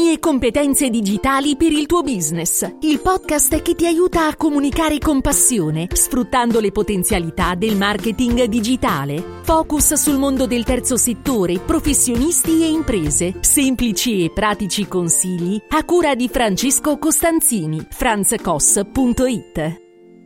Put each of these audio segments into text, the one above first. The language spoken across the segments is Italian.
Soluzioni e competenze digitali per il tuo business. Il podcast che ti aiuta a comunicare con passione, sfruttando le potenzialità del marketing digitale. Focus sul mondo del terzo settore, professionisti e imprese. Semplici e pratici consigli a cura di Francesco Costanzini. franzcos.it.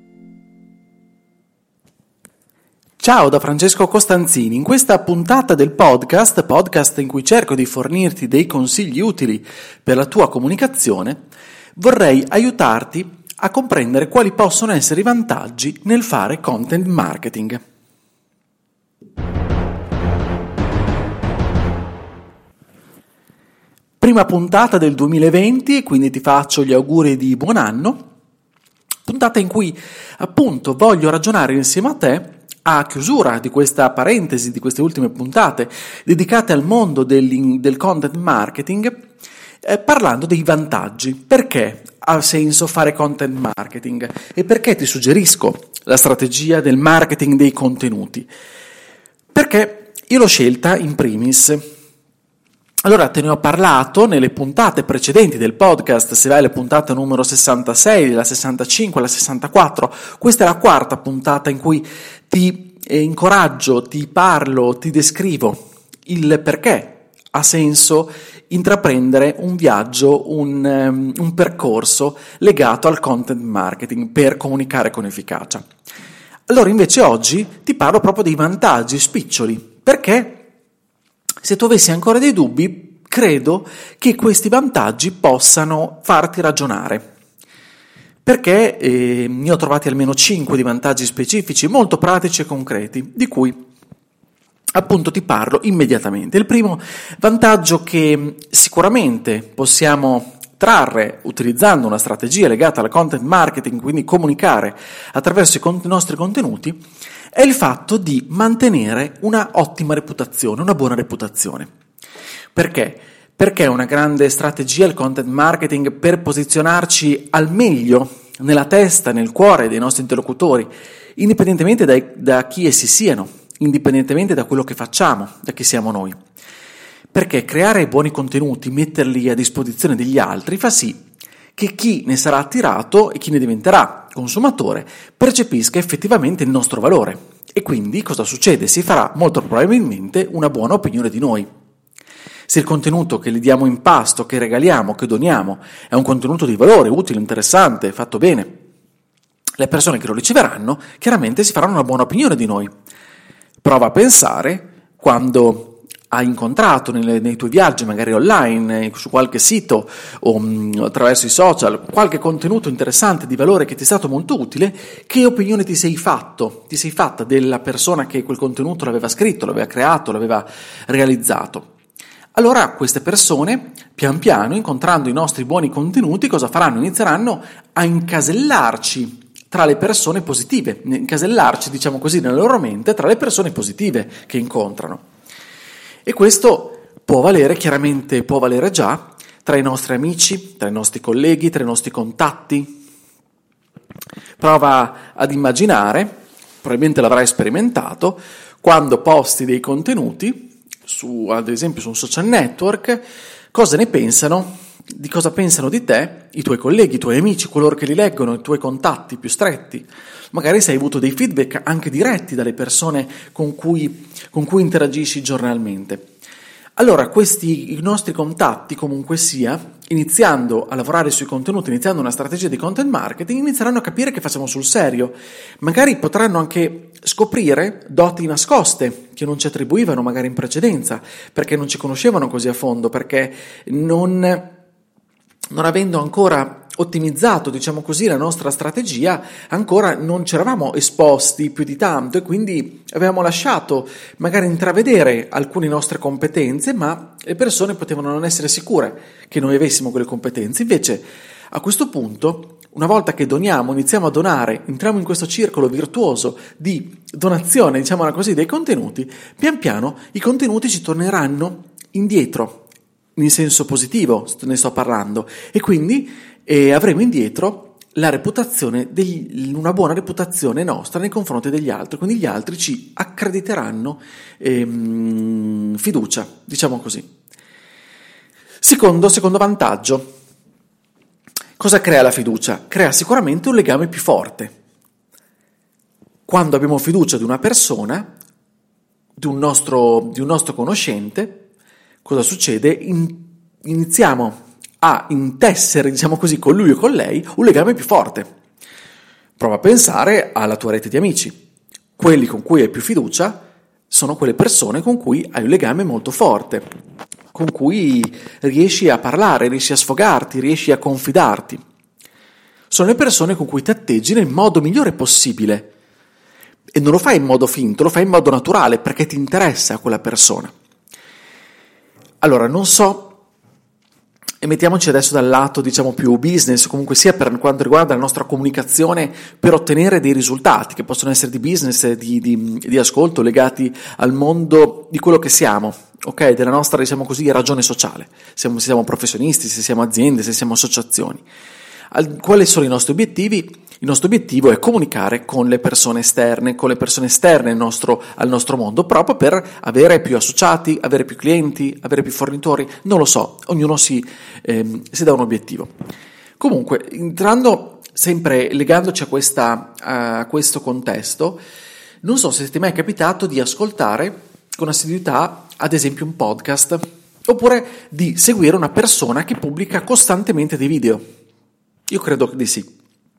Ciao da Francesco Costanzini. In questa puntata del podcast in cui cerco di fornirti dei consigli utili per la tua comunicazione, vorrei aiutarti a comprendere quali possono essere i vantaggi nel fare content marketing. Prima puntata del 2020, quindi ti faccio gli auguri di buon anno, puntata in cui appunto voglio ragionare insieme a te a chiusura di questa parentesi, di queste ultime puntate dedicate al mondo del content marketing, parlando dei vantaggi. Perché ha senso fare content marketing e perché ti suggerisco la strategia del marketing dei contenuti? Perché io l'ho scelta in primis. Allora, te ne ho parlato nelle puntate precedenti del podcast. Se vai alla puntata numero 66, la 65, la 64, questa è la quarta puntata in cui ti incoraggio, ti parlo, ti descrivo il perché ha senso intraprendere un viaggio, un percorso legato al content marketing per comunicare con efficacia. Allora, invece oggi ti parlo proprio dei vantaggi spiccioli, perché se tu avessi ancora dei dubbi, credo che questi vantaggi possano farti ragionare. Perché ne ho trovati almeno 5 di vantaggi specifici, molto pratici e concreti, di cui appunto ti parlo immediatamente. Il primo vantaggio che sicuramente possiamo trarre utilizzando una strategia legata al content marketing, quindi comunicare attraverso i nostri contenuti, è il fatto di mantenere una ottima reputazione, una buona reputazione. Perché? Perché è una grande strategia il content marketing per posizionarci al meglio nella testa, nel cuore dei nostri interlocutori, indipendentemente da chi essi siano, indipendentemente da quello che facciamo, da chi siamo noi. Perché creare buoni contenuti, metterli a disposizione degli altri, fa sì che chi ne sarà attirato e chi ne diventerà consumatore percepisca effettivamente il nostro valore. E quindi cosa succede? Si farà molto probabilmente una buona opinione di noi. Se il contenuto che gli diamo in pasto, che regaliamo, che doniamo, è un contenuto di valore, utile, interessante, fatto bene, le persone che lo riceveranno chiaramente si faranno una buona opinione di noi. Prova a pensare quando hai incontrato nei tuoi viaggi, magari online, su qualche sito o attraverso i social, qualche contenuto interessante di valore che ti è stato molto utile, che opinione ti sei fatta della persona che quel contenuto l'aveva scritto, l'aveva creato, l'aveva realizzato. Allora queste persone, pian piano, incontrando i nostri buoni contenuti, cosa faranno? Inizieranno a incasellarci tra le persone positive, incasellarci, diciamo così, nella loro mente tra le persone positive che incontrano. E questo può valere, chiaramente può valere già, tra i nostri amici, tra i nostri colleghi, tra i nostri contatti. Prova ad immaginare, probabilmente l'avrai sperimentato, quando posti dei contenuti, ad esempio su un social network, cosa ne pensano, di cosa pensano di te i tuoi colleghi, i tuoi amici, coloro che li leggono, i tuoi contatti più stretti. Magari se hai avuto dei feedback anche diretti dalle persone con cui interagisci giornalmente. Allora i nostri contatti, comunque sia, iniziando a lavorare sui contenuti, iniziando una strategia di content marketing, inizieranno a capire che facciamo sul serio. Magari potranno anche scoprire doti nascoste che non ci attribuivano magari in precedenza, perché non ci conoscevano così a fondo, perché non avendo ancora ottimizzato, diciamo così, la nostra strategia, ancora non ci eravamo esposti più di tanto e quindi avevamo lasciato magari intravedere alcune nostre competenze, ma le persone potevano non essere sicure che noi avessimo quelle competenze. Invece, a questo punto, una volta che doniamo, iniziamo a donare, entriamo in questo circolo virtuoso di donazione, diciamola così, dei contenuti, pian piano i contenuti ci torneranno indietro, in senso positivo ne sto parlando, e quindi avremo indietro la reputazione, una buona reputazione nostra nei confronti degli altri, quindi gli altri ci accrediteranno fiducia, diciamo così. Secondo vantaggio. Cosa crea la fiducia? Crea sicuramente un legame più forte. Quando abbiamo fiducia di una persona, di un nostro conoscente, cosa succede? Iniziamo a intessere, diciamo così, con lui o con lei un legame più forte. Prova a pensare alla tua rete di amici. Quelli con cui hai più fiducia sono quelle persone con cui hai un legame molto forte, con cui riesci a parlare, riesci a sfogarti, riesci a confidarti. Sono le persone con cui ti atteggi nel modo migliore possibile. E non lo fai in modo finto, lo fai in modo naturale, perché ti interessa quella persona. Allora, non so, e mettiamoci adesso dal lato, diciamo, più business, comunque sia per quanto riguarda la nostra comunicazione per ottenere dei risultati, che possono essere di business, di ascolto, legati al mondo di quello che siamo, ok? Della nostra, diciamo così, ragione sociale. Se siamo professionisti, se siamo aziende, se siamo associazioni. Quali sono i nostri obiettivi? Il nostro obiettivo è comunicare con le persone esterne al nostro mondo, proprio per avere più associati, avere più clienti, avere più fornitori, non lo so, ognuno si dà un obiettivo. Comunque, entrando sempre, legandoci a questo contesto, non so se ti è mai capitato di ascoltare con assiduità, ad esempio, un podcast, oppure di seguire una persona che pubblica costantemente dei video. Io credo di sì.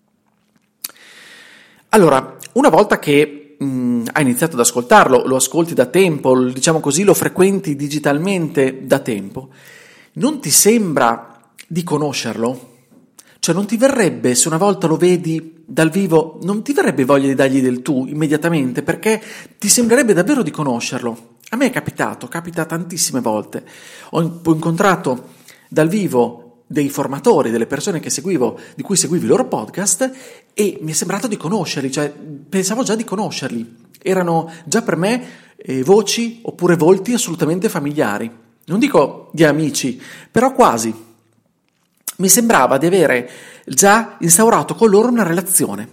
Allora, una volta che hai iniziato ad ascoltarlo, lo ascolti da tempo, diciamo così, lo frequenti digitalmente da tempo, non ti sembra di conoscerlo? Cioè non ti verrebbe, se una volta lo vedi dal vivo, non ti verrebbe voglia di dargli del tu immediatamente, perché ti sembrerebbe davvero di conoscerlo? A me capita tantissime volte. Ho incontrato dal vivo dei formatori, delle persone di cui seguivo i loro podcast, e mi è sembrato di conoscerli, cioè pensavo già di conoscerli. Erano già per me voci oppure volti assolutamente familiari. Non dico di amici, però quasi. Mi sembrava di avere già instaurato con loro una relazione.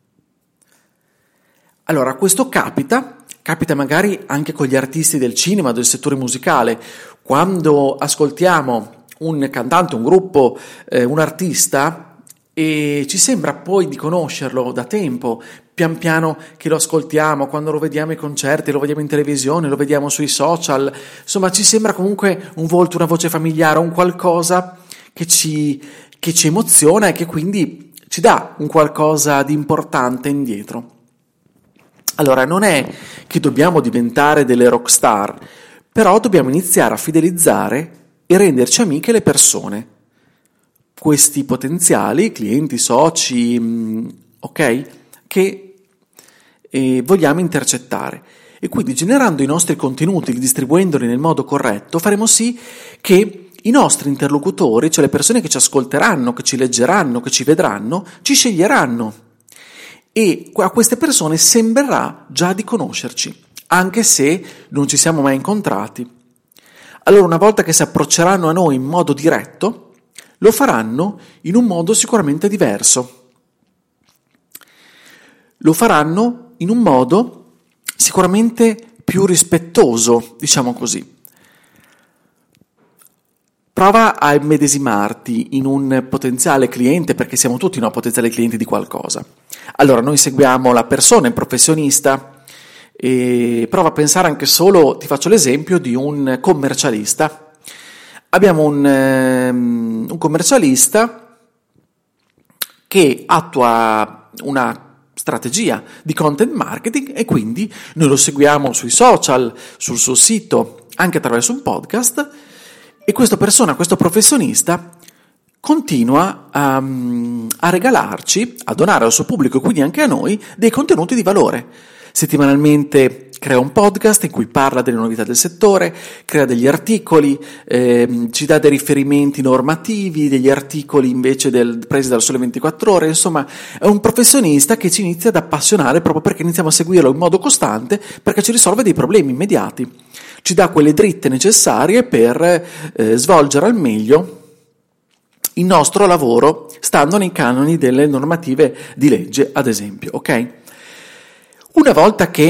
Allora, questo capita magari anche con gli artisti del cinema, del settore musicale. Quando ascoltiamo un cantante, un gruppo, un artista, e ci sembra poi di conoscerlo da tempo, pian piano che lo ascoltiamo, quando lo vediamo ai concerti, lo vediamo in televisione, lo vediamo sui social, insomma ci sembra comunque un volto, una voce familiare, un qualcosa che ci emoziona e che quindi ci dà un qualcosa di importante indietro. Allora, non è che dobbiamo diventare delle rockstar, però dobbiamo iniziare a fidelizzare e renderci amiche le persone, questi potenziali clienti, soci, ok, che vogliamo intercettare. E quindi generando i nostri contenuti, distribuendoli nel modo corretto, faremo sì che i nostri interlocutori, cioè le persone che ci ascolteranno, che ci leggeranno, che ci vedranno, ci sceglieranno. E a queste persone sembrerà già di conoscerci, anche se non ci siamo mai incontrati. Allora, una volta che si approcceranno a noi in modo diretto, lo faranno in un modo sicuramente diverso. Lo faranno in un modo sicuramente più rispettoso, diciamo così. Prova a immedesimarti in un potenziale cliente, perché siamo tutti potenziali clienti di qualcosa. Allora, noi seguiamo la persona, il professionista, e prova a pensare anche solo, ti faccio l'esempio di un commercialista. Abbiamo un commercialista che attua una strategia di content marketing e quindi noi lo seguiamo sui social, sul suo sito, anche attraverso un podcast, e questa persona, questo professionista, continua a regalarci, a donare al suo pubblico e quindi anche a noi dei contenuti di valore. Settimanalmente crea un podcast in cui parla delle novità del settore, crea degli articoli, ci dà dei riferimenti normativi, degli articoli invece presi dal Sole 24 Ore, insomma è un professionista che ci inizia ad appassionare proprio perché iniziamo a seguirlo in modo costante, perché ci risolve dei problemi immediati, ci dà quelle dritte necessarie per svolgere al meglio il nostro lavoro stando nei canoni delle normative di legge, ad esempio, ok? Una volta che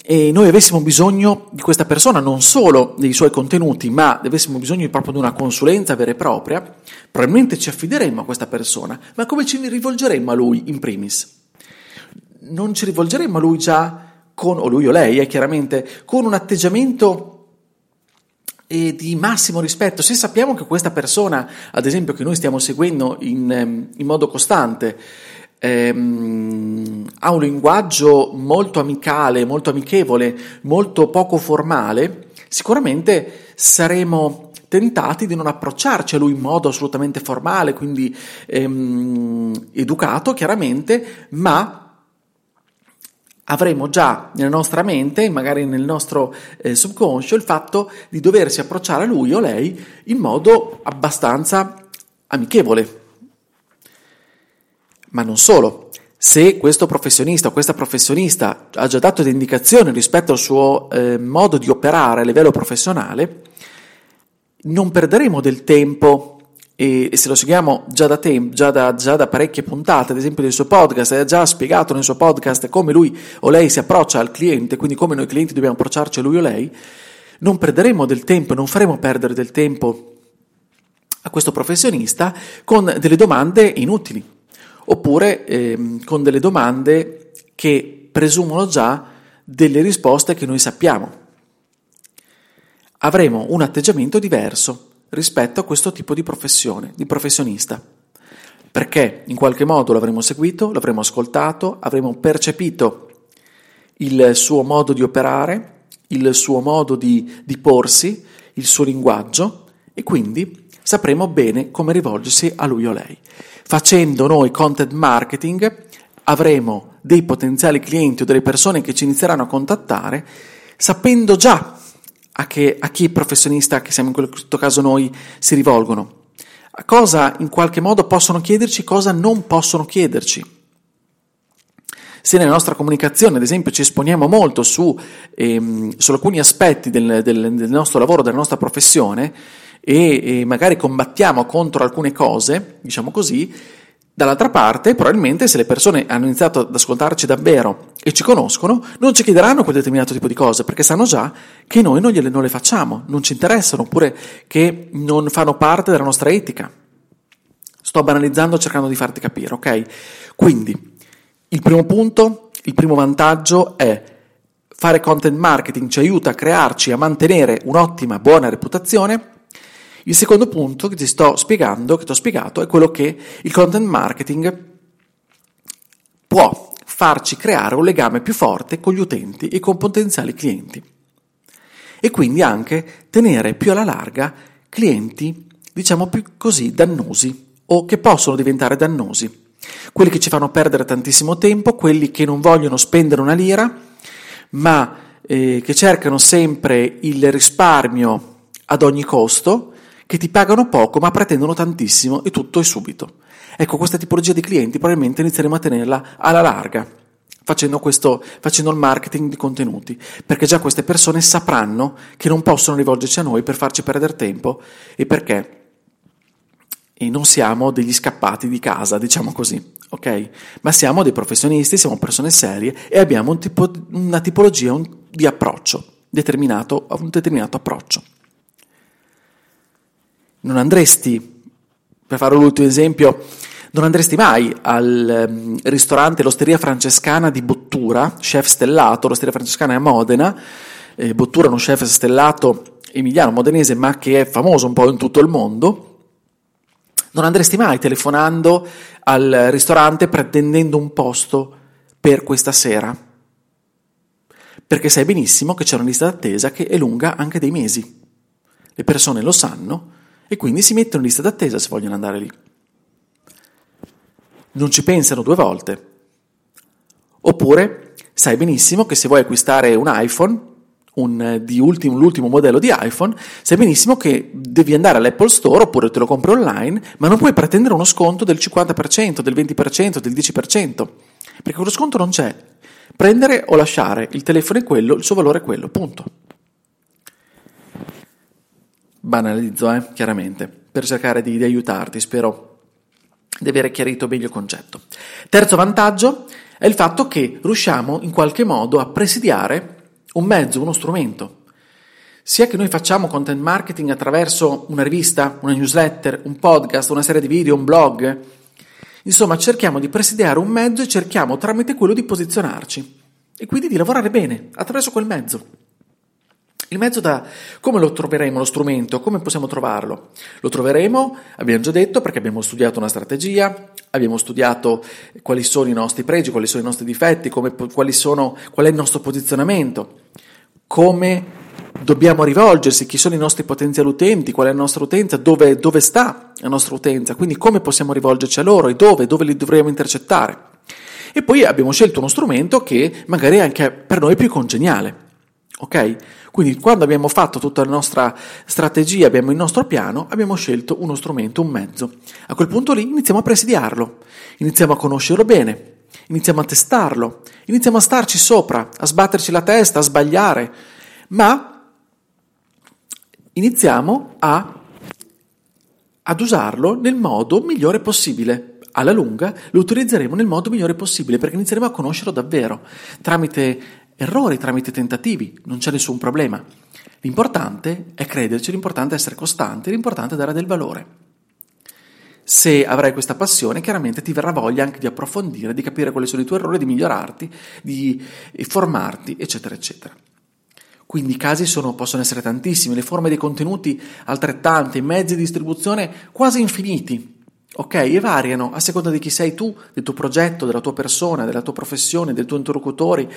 e noi avessimo bisogno di questa persona, non solo dei suoi contenuti, ma avessimo bisogno proprio di una consulenza vera e propria, probabilmente ci affideremmo a questa persona. Ma come ci rivolgeremmo a lui in primis? Non ci rivolgeremmo a lui già o lui o lei, chiaramente, con un atteggiamento di massimo rispetto. Se sappiamo che questa persona, ad esempio, che noi stiamo seguendo in modo costante, ha un linguaggio molto amicale, molto amichevole, molto poco formale, sicuramente saremo tentati di non approcciarci a lui in modo assolutamente formale, quindi educato chiaramente, ma avremo già nella nostra mente, magari nel nostro subconscio, il fatto di doversi approcciare a lui o lei in modo abbastanza amichevole. Ma non solo, se questo professionista o questa professionista ha già dato delle indicazioni rispetto al suo modo di operare a livello professionale, non perderemo del tempo. E se lo seguiamo già da parecchie puntate, ad esempio del suo podcast, ha già spiegato nel suo podcast come lui o lei si approccia al cliente, quindi come noi clienti dobbiamo approcciarci a lui o lei, non perderemo del tempo, non faremo perdere del tempo a questo professionista con delle domande inutili, oppure con delle domande che presumono già delle risposte che noi sappiamo. Avremo un atteggiamento diverso rispetto a questo tipo di professione, di professionista, perché in qualche modo l'avremo seguito, l'avremo ascoltato, avremo percepito il suo modo di operare, il suo modo di porsi, il suo linguaggio, e quindi sapremo bene come rivolgersi a lui o lei. Facendo noi content marketing avremo dei potenziali clienti o delle persone che ci inizieranno a contattare sapendo già a chi professionista, che siamo in questo caso noi, si rivolgono, a cosa in qualche modo possono chiederci, cosa non possono chiederci. Se nella nostra comunicazione, ad esempio, ci esponiamo molto su alcuni aspetti del nostro lavoro, della nostra professione, e magari combattiamo contro alcune cose, diciamo così, dall'altra parte, probabilmente, se le persone hanno iniziato ad ascoltarci davvero e ci conoscono, non ci chiederanno quel determinato tipo di cose, perché sanno già che noi non le facciamo, non ci interessano, oppure che non fanno parte della nostra etica. Sto banalizzando cercando di farti capire, ok? Quindi, il primo punto, il primo vantaggio è fare content marketing ci aiuta a crearci, a mantenere un'ottima, buona reputazione. Il secondo punto che ti ho spiegato, è quello che il content marketing può farci creare un legame più forte con gli utenti e con potenziali clienti. E quindi anche tenere più alla larga clienti, diciamo più così, dannosi o che possono diventare dannosi. Quelli che ci fanno perdere tantissimo tempo, quelli che non vogliono spendere una lira, ma che cercano sempre il risparmio ad ogni costo, che ti pagano poco ma pretendono tantissimo e tutto è subito. Ecco, questa tipologia di clienti probabilmente inizieremo a tenerla alla larga, facendo il marketing di contenuti, perché già queste persone sapranno che non possono rivolgersi a noi per farci perdere tempo e perché non siamo degli scappati di casa, diciamo così, ok? Ma siamo dei professionisti, siamo persone serie e abbiamo una tipologia di approccio, un determinato approccio. Non andresti, per fare l'ultimo esempio, non andresti mai al ristorante L'Osteria Francescana di Bottura, chef stellato. L'Osteria Francescana è a Modena, Bottura è uno chef stellato emiliano modenese ma che è famoso un po' in tutto il mondo. Non andresti mai telefonando al ristorante pretendendo un posto per questa sera, perché sai benissimo che c'è una lista d'attesa che è lunga anche dei mesi. Le persone lo sanno e quindi si mettono in lista d'attesa se vogliono andare lì. Non ci pensano due volte. Oppure sai benissimo che se vuoi acquistare un iPhone, l'ultimo modello di iPhone, sai benissimo che devi andare all'Apple Store oppure te lo compri online, ma non puoi pretendere uno sconto del 50%, del 20%, del 10%, perché quello sconto non c'è. Prendere o lasciare, il telefono è quello, il suo valore è quello, punto. Banalizzo, chiaramente, per cercare di aiutarti, spero di aver chiarito meglio il concetto. Terzo vantaggio è il fatto che riusciamo in qualche modo a presidiare un mezzo, uno strumento. Sia che noi facciamo content marketing attraverso una rivista, una newsletter, un podcast, una serie di video, un blog. Insomma, cerchiamo di presidiare un mezzo e cerchiamo tramite quello di posizionarci e quindi di lavorare bene attraverso quel mezzo. Il mezzo come lo troveremo lo strumento? Come possiamo trovarlo? Lo troveremo, abbiamo già detto, perché abbiamo studiato una strategia, abbiamo studiato quali sono i nostri pregi, quali sono i nostri difetti, qual è il nostro posizionamento, come dobbiamo rivolgersi, chi sono i nostri potenziali utenti, qual è la nostra utenza, dove sta la nostra utenza, quindi come possiamo rivolgerci a loro e dove li dovremo intercettare. E poi abbiamo scelto uno strumento che magari è anche per noi più congeniale. Ok? Quindi quando abbiamo fatto tutta la nostra strategia, abbiamo il nostro piano, abbiamo scelto uno strumento, un mezzo. A quel punto lì iniziamo a presidiarlo, iniziamo a conoscerlo bene, iniziamo a testarlo, iniziamo a starci sopra, a sbatterci la testa, a sbagliare, ma iniziamo ad usarlo nel modo migliore possibile. Alla lunga lo utilizzeremo nel modo migliore possibile perché inizieremo a conoscerlo davvero, tramite errori, tramite tentativi, non c'è nessun problema. L'importante è crederci, l'importante è essere costanti, l'importante è dare del valore. Se avrai questa passione, chiaramente ti verrà voglia anche di approfondire, di capire quali sono i tuoi errori, di migliorarti, di formarti, eccetera, eccetera. Quindi i casi possono essere tantissimi, le forme dei contenuti altrettante, i mezzi di distribuzione quasi infiniti. Ok, e variano a seconda di chi sei tu, del tuo progetto, della tua persona, della tua professione, dei tuoi interlocutori,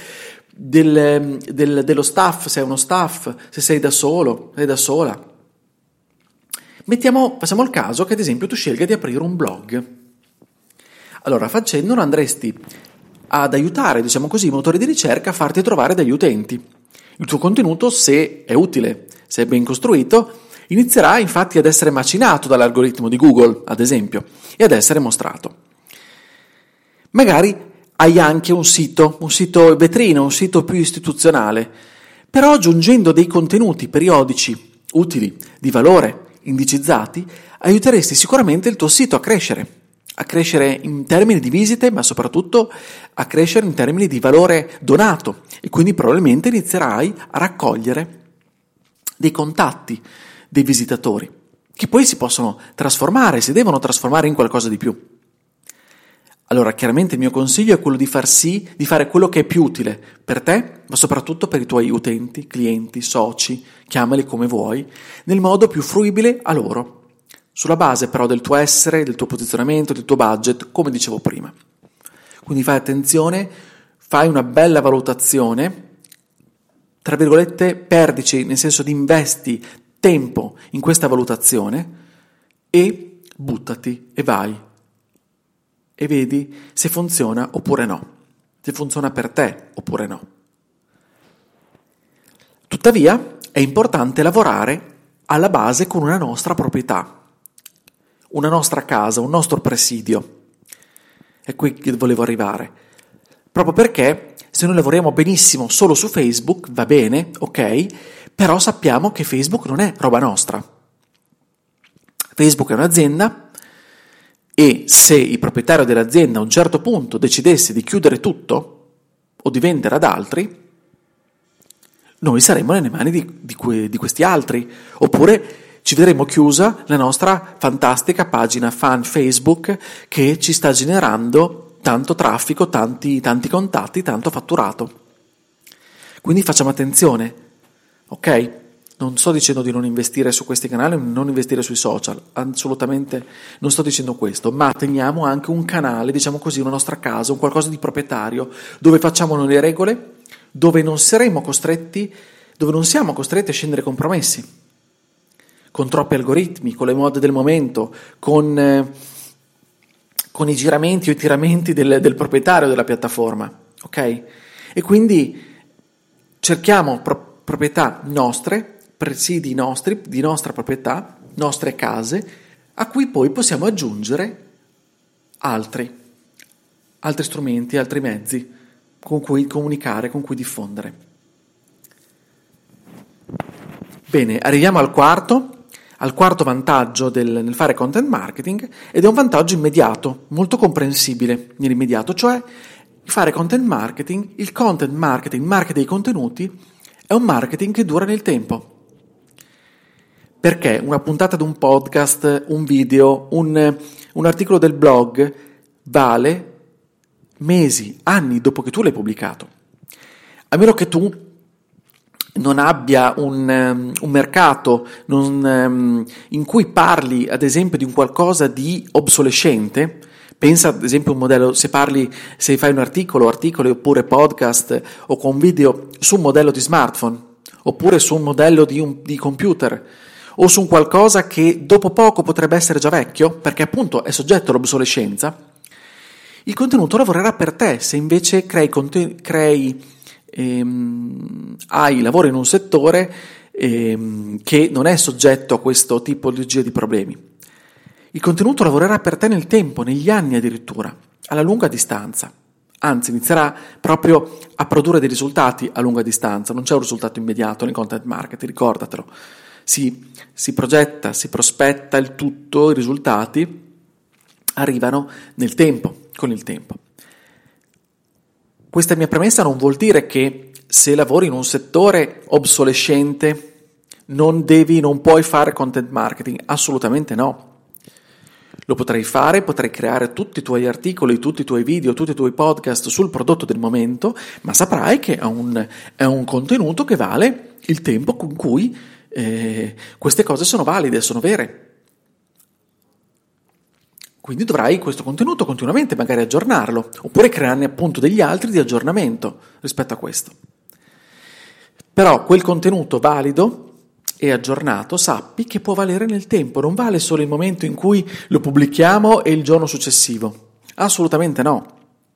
dello staff, se è uno staff, se sei da solo, sei da sola. Facciamo il caso che ad esempio tu scelga di aprire un blog. Allora, facendolo andresti ad aiutare, diciamo così, i motori di ricerca a farti trovare degli utenti. Il tuo contenuto, se è utile, se è ben costruito, inizierà infatti ad essere macinato dall'algoritmo di Google, ad esempio, e ad essere mostrato. Magari hai anche un sito vetrino, un sito più istituzionale, però aggiungendo dei contenuti periodici, utili, di valore, indicizzati, aiuteresti sicuramente il tuo sito a crescere in termini di visite, ma soprattutto a crescere in termini di valore donato, e quindi probabilmente inizierai a raccogliere dei contatti dei visitatori, che poi si possono trasformare, si devono trasformare in qualcosa di più. Allora, chiaramente il mio consiglio è quello di fare quello che è più utile per te, ma soprattutto per i tuoi utenti, clienti, soci, chiamali come vuoi, nel modo più fruibile a loro, sulla base però del tuo essere, del tuo posizionamento, del tuo budget, come dicevo prima. Quindi fai attenzione, fai una bella valutazione, tra virgolette, perdici, nel senso di investi tempo in questa valutazione e buttati e vai e vedi se funziona oppure no, se funziona per te oppure no. Tuttavia è importante lavorare alla base con una nostra proprietà, una nostra casa, un nostro presidio. È qui che volevo arrivare, proprio perché se noi lavoriamo benissimo solo su Facebook va bene, ok, però sappiamo che Facebook non è roba nostra. Facebook è un'azienda e se il proprietario dell'azienda a un certo punto decidesse di chiudere tutto o di vendere ad altri, noi saremmo nelle mani di questi altri, oppure ci vedremo chiusa la nostra fantastica pagina fan Facebook che ci sta generando tanto traffico, tanti contatti, tanto fatturato. Quindi facciamo attenzione. Ok? Non sto dicendo di non investire su questi canali, non investire sui social, assolutamente non sto dicendo questo, ma teniamo anche un canale, diciamo così, una nostra casa, un qualcosa di proprietario, dove facciamo le regole, dove non siamo costretti a scendere compromessi, con troppi algoritmi, con le mode del momento, con i giramenti o i tiramenti del proprietario della piattaforma, ok? E quindi cerchiamo proprietà nostre, presidi nostri, di nostra proprietà, nostre case, a cui poi possiamo aggiungere altri strumenti, altri mezzi con cui comunicare, con cui diffondere. Bene, arriviamo al quarto vantaggio nel fare content marketing, ed è un vantaggio immediato, molto comprensibile nell'immediato, cioè fare content marketing, il marketing dei contenuti è un marketing che dura nel tempo. Perché una puntata di un podcast, un video, un articolo del blog vale mesi, anni dopo che tu l'hai pubblicato. A meno che tu non abbia un mercato in cui parli, ad esempio, di un qualcosa di obsolescente. Pensa ad esempio a un modello, se fai un articoli oppure podcast o con video su un modello di smartphone oppure su un modello di computer o su un qualcosa che dopo poco potrebbe essere già vecchio perché appunto è soggetto all'obsolescenza, il contenuto lavorerà per te. Se invece lavori in un settore che non è soggetto a questo tipo di problemi, il contenuto lavorerà per te nel tempo, negli anni addirittura, alla lunga distanza. Anzi, inizierà proprio a produrre dei risultati a lunga distanza. Non c'è un risultato immediato nel content marketing, ricordatelo. Si progetta, si prospetta il tutto, i risultati arrivano nel tempo, con il tempo. Questa mia premessa non vuol dire che se lavori in un settore obsolescente non puoi fare content marketing, assolutamente no. Lo potrai fare, potrai creare tutti i tuoi articoli, tutti i tuoi video, tutti i tuoi podcast sul prodotto del momento, ma saprai che è un contenuto che vale il tempo con cui queste cose sono valide, sono vere. Quindi dovrai questo contenuto continuamente magari aggiornarlo, oppure crearne appunto degli altri di aggiornamento rispetto a questo. Però quel contenuto valido e aggiornato sappi che può valere nel tempo, non vale solo il momento in cui lo pubblichiamo e il giorno successivo. Assolutamente no.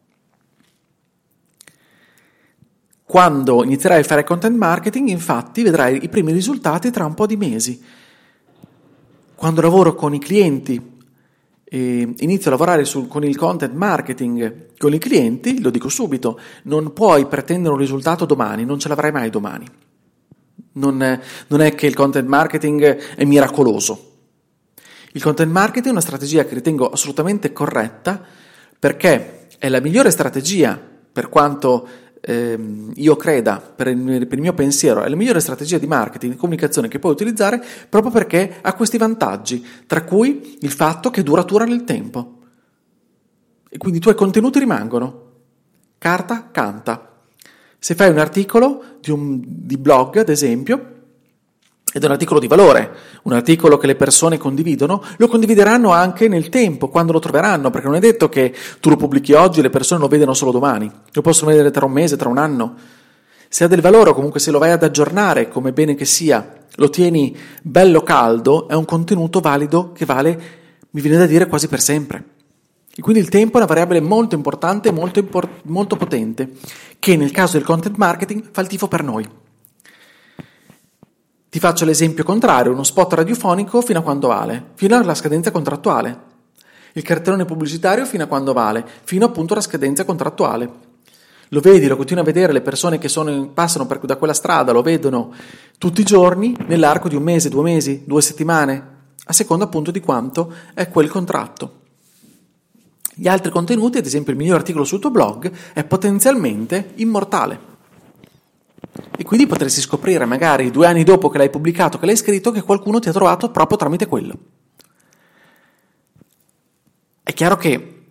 Quando inizierai a fare content marketing, infatti, vedrai i primi risultati tra un po' di mesi. Quando lavoro con i clienti e inizio a lavorare con il content marketing con i clienti, lo dico subito, non puoi pretendere un risultato domani, non ce l'avrai mai domani. Non è che il content marketing è miracoloso. Il content marketing è una strategia che ritengo assolutamente corretta perché è la migliore strategia, per quanto io creda, per il mio pensiero, è la migliore strategia di marketing e comunicazione che puoi utilizzare proprio perché ha questi vantaggi, tra cui il fatto che dura nel tempo. E quindi i tuoi contenuti rimangono. Carta canta. Se fai un articolo di blog, ad esempio, ed è un articolo di valore, un articolo che le persone condividono, lo condivideranno anche nel tempo, quando lo troveranno, perché non è detto che tu lo pubblichi oggi e le persone lo vedono solo domani, lo possono vedere tra un mese, tra un anno. Se ha del valore o comunque se lo vai ad aggiornare, come bene che sia, lo tieni bello caldo, è un contenuto valido che vale, mi viene da dire, quasi per sempre. E quindi il tempo è una variabile molto importante e molto potente, che nel caso del content marketing fa il tifo per noi. Ti faccio l'esempio contrario, uno spot radiofonico fino a quando vale? Fino alla scadenza contrattuale. Il cartellone pubblicitario fino a quando vale? Fino appunto alla scadenza contrattuale. Lo vedi, lo continui a vedere, le persone che passano da quella strada lo vedono tutti i giorni nell'arco di un mese, 2 mesi, 2 settimane, a seconda appunto di quanto è quel contratto. Gli altri contenuti, ad esempio il miglior articolo sul tuo blog, è potenzialmente immortale. E quindi potresti scoprire magari 2 anni dopo che l'hai pubblicato, che l'hai scritto, che qualcuno ti ha trovato proprio tramite quello. È chiaro che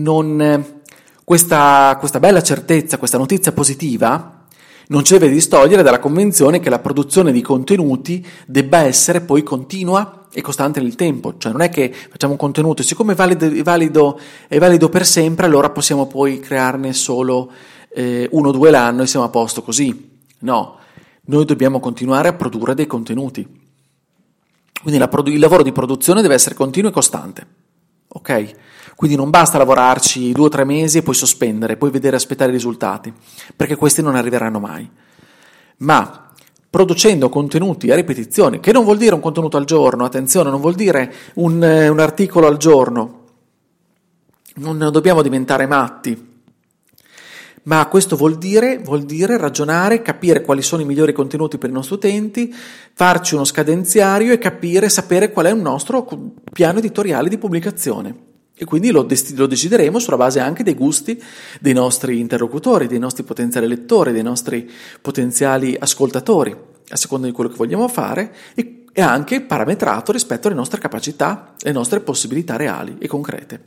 questa bella certezza, questa notizia positiva, non ci deve distogliere dalla convinzione che la produzione di contenuti debba essere poi continua e costante nel tempo. Cioè non è che facciamo un contenuto e siccome è valido per sempre, allora possiamo poi crearne solo 1 o 2 l'anno e siamo a posto così. No, noi dobbiamo continuare a produrre dei contenuti. Quindi il lavoro di produzione deve essere continuo e costante. Ok? Quindi non basta lavorarci 2 o 3 mesi e poi sospendere, poi aspettare i risultati, perché questi non arriveranno mai. Ma producendo contenuti a ripetizione, che non vuol dire un contenuto al giorno, attenzione, non vuol dire un articolo al giorno, non dobbiamo diventare matti, ma questo vuol dire ragionare, capire quali sono i migliori contenuti per i nostri utenti, farci uno scadenziario e sapere qual è il nostro piano editoriale di pubblicazione. E quindi lo decideremo sulla base anche dei gusti dei nostri interlocutori, dei nostri potenziali lettori, dei nostri potenziali ascoltatori, a seconda di quello che vogliamo fare, e anche parametrato rispetto alle nostre capacità, alle nostre possibilità reali e concrete.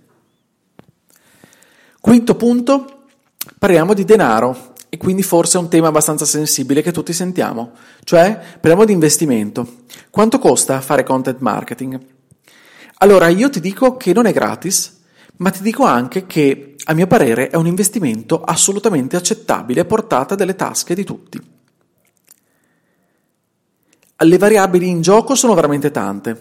Quinto punto, parliamo di denaro, e quindi forse è un tema abbastanza sensibile che tutti sentiamo, cioè parliamo di investimento. Quanto costa fare content marketing? Allora, io ti dico che non è gratis, ma ti dico anche che, a mio parere, è un investimento assolutamente accettabile a portata delle tasche di tutti. Le variabili in gioco sono veramente tante.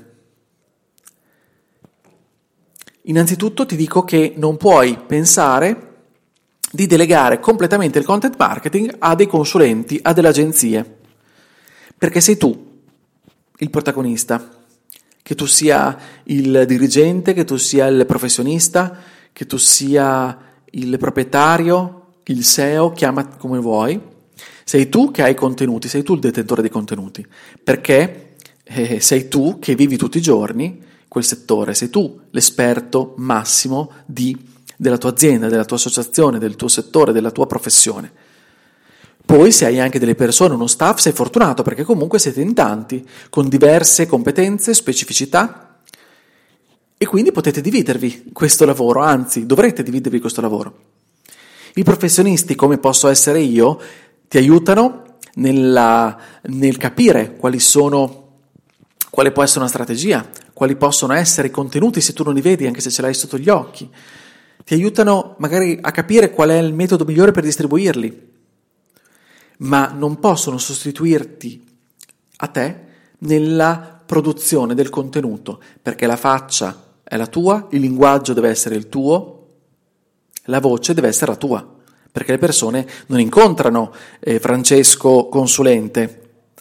Innanzitutto ti dico che non puoi pensare di delegare completamente il content marketing a dei consulenti, a delle agenzie, perché sei tu il protagonista. Che tu sia il dirigente, che tu sia il professionista, che tu sia il proprietario, il SEO, chiama come vuoi, sei tu che hai i contenuti, sei tu il detentore dei contenuti, perché sei tu che vivi tutti i giorni quel settore, sei tu l'esperto massimo della tua azienda, della tua associazione, del tuo settore, della tua professione. Poi se hai anche delle persone, uno staff, sei fortunato perché comunque siete in tanti, con diverse competenze, specificità, e quindi potete dividervi questo lavoro, anzi dovrete dividervi questo lavoro. I professionisti, come posso essere io, ti aiutano nel capire quale può essere una strategia, quali possono essere i contenuti se tu non li vedi, anche se ce l'hai sotto gli occhi. Ti aiutano magari a capire qual è il metodo migliore per distribuirli, ma non possono sostituirti a te nella produzione del contenuto, perché la faccia è la tua, il linguaggio deve essere il tuo, la voce deve essere la tua, perché le persone non incontrano Francesco consulente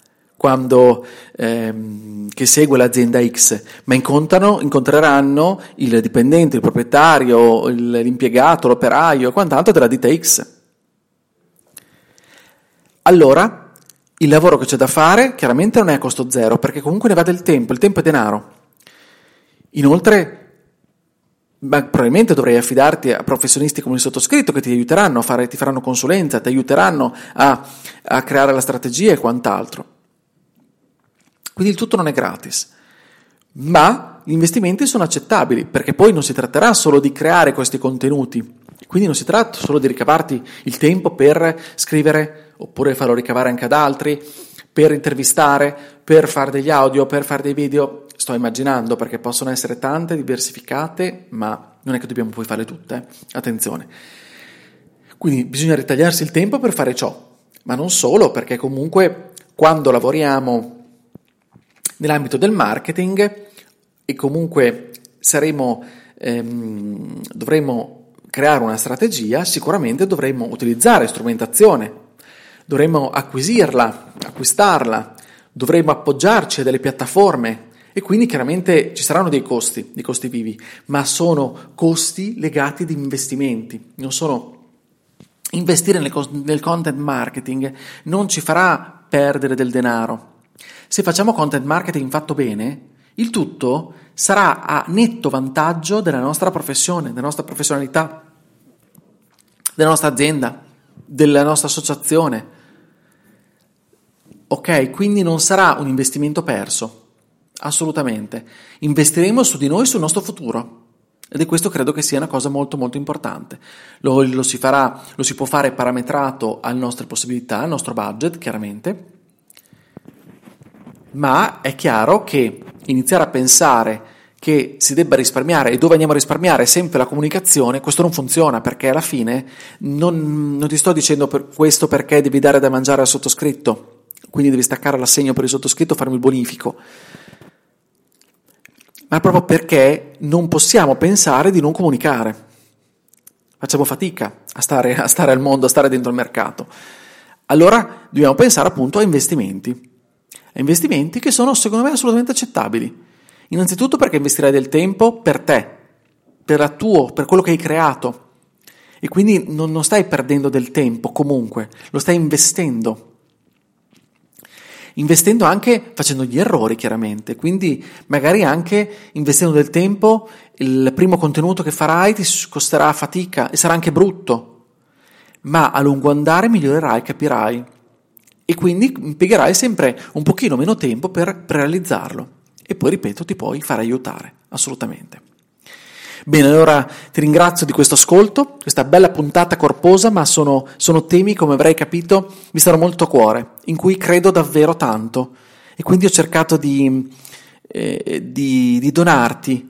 che segue l'azienda X, ma incontreranno il dipendente, il proprietario, l'impiegato, l'operaio e quant'altro della ditta X. Allora, il lavoro che c'è da fare chiaramente non è a costo zero, perché comunque ne va del tempo, il tempo è denaro. Inoltre, probabilmente dovrai affidarti a professionisti come il sottoscritto che ti aiuteranno ti faranno consulenza, ti aiuteranno a creare la strategia e quant'altro. Quindi il tutto non è gratis, ma gli investimenti sono accettabili, perché poi non si tratterà solo di creare questi contenuti, quindi non si tratta solo di ricavarti il tempo per scrivere, oppure farlo ricavare anche ad altri, per intervistare, per fare degli audio, per fare dei video. Sto immaginando, perché possono essere tante, diversificate, ma non è che dobbiamo poi fare tutte, attenzione. Quindi bisogna ritagliarsi il tempo per fare ciò, ma non solo, perché comunque quando lavoriamo nell'ambito del marketing e comunque dovremo creare una strategia, sicuramente dovremo utilizzare strumentazione, dovremo acquistarla, dovremo appoggiarci a delle piattaforme e quindi chiaramente ci saranno dei costi vivi, ma sono costi legati ad investimenti, non sono investire nel content marketing non ci farà perdere del denaro. Se facciamo content marketing fatto bene, il tutto sarà a netto vantaggio della nostra professione, della nostra professionalità, della nostra azienda, della nostra associazione. Ok, quindi non sarà un investimento perso, assolutamente. Investiremo su di noi, sul nostro futuro. Ed è questo credo che sia una cosa molto molto importante. Lo si può fare parametrato alle nostre possibilità, al nostro budget, chiaramente. Ma è chiaro che iniziare a pensare che si debba risparmiare e dove andiamo a risparmiare è sempre la comunicazione, questo non funziona, perché alla fine non ti sto dicendo per questo perché devi dare da mangiare al sottoscritto, quindi devi staccare l'assegno per il sottoscritto e farmi il bonifico, ma proprio perché non possiamo pensare di non comunicare. Facciamo fatica a stare al mondo, a stare dentro il mercato. Allora dobbiamo pensare appunto a investimenti che sono secondo me assolutamente accettabili. Innanzitutto perché investirai del tempo per te, per quello che hai creato, e quindi non stai perdendo del tempo comunque, lo stai investendo. investendo anche, facendo gli errori chiaramente, quindi magari anche investendo del tempo. Il primo contenuto che farai ti costerà fatica e sarà anche brutto, ma a lungo andare migliorerai, capirai, e quindi impiegherai sempre un pochino meno tempo per realizzarlo, e poi, ripeto, ti puoi far aiutare, assolutamente. Bene, allora ti ringrazio di questo ascolto, questa bella puntata corposa, ma sono temi, come avrai capito, mi stanno molto a cuore, in cui credo davvero tanto, e quindi ho cercato di donarti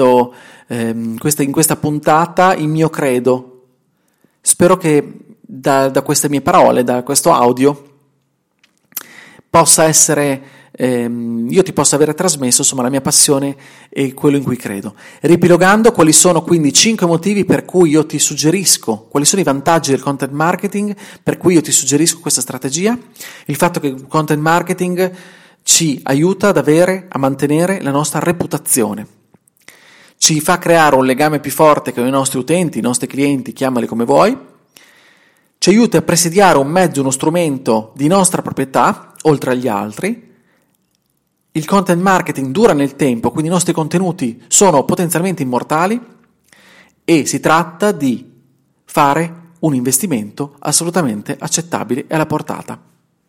in questa puntata il mio credo. Spero che da queste mie parole, da questo audio, possa essere io ti possa avere trasmesso, insomma, la mia passione e quello in cui credo. Riepilogando, quali sono quindi 5 motivi per cui io ti suggerisco, quali sono i vantaggi del content marketing per cui io ti suggerisco questa strategia? Il fatto che il content marketing ci aiuta a mantenere la nostra reputazione, ci fa creare un legame più forte con i nostri utenti, i nostri clienti, chiamali come vuoi, ci aiuta a presidiare un mezzo, uno strumento di nostra proprietà, oltre agli altri. Il content marketing dura nel tempo, quindi i nostri contenuti sono potenzialmente immortali, e si tratta di fare un investimento assolutamente accettabile e alla portata.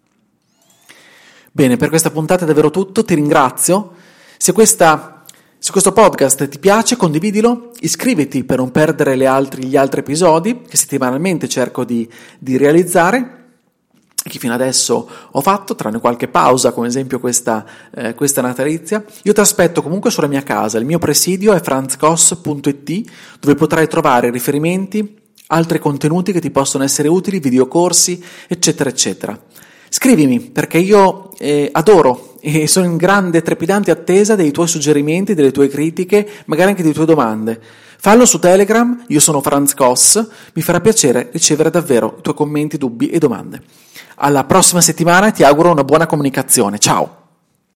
Bene, per questa puntata è davvero tutto, ti ringrazio. Se questo podcast ti piace, condividilo, iscriviti per non perdere gli altri episodi che settimanalmente cerco di realizzare, che fino adesso ho fatto, tranne qualche pausa, come esempio questa natalizia. Io ti aspetto comunque sulla mia casa, il mio presidio è franzcos.it, dove potrai trovare riferimenti, altri contenuti che ti possono essere utili, videocorsi, eccetera, eccetera. Scrivimi, perché io adoro e sono in grande trepidante attesa dei tuoi suggerimenti, delle tue critiche, magari anche delle tue domande. Fallo su Telegram, io sono Franz Koss, mi farà piacere ricevere davvero i tuoi commenti, dubbi e domande. Alla prossima settimana, ti auguro una buona comunicazione. Ciao!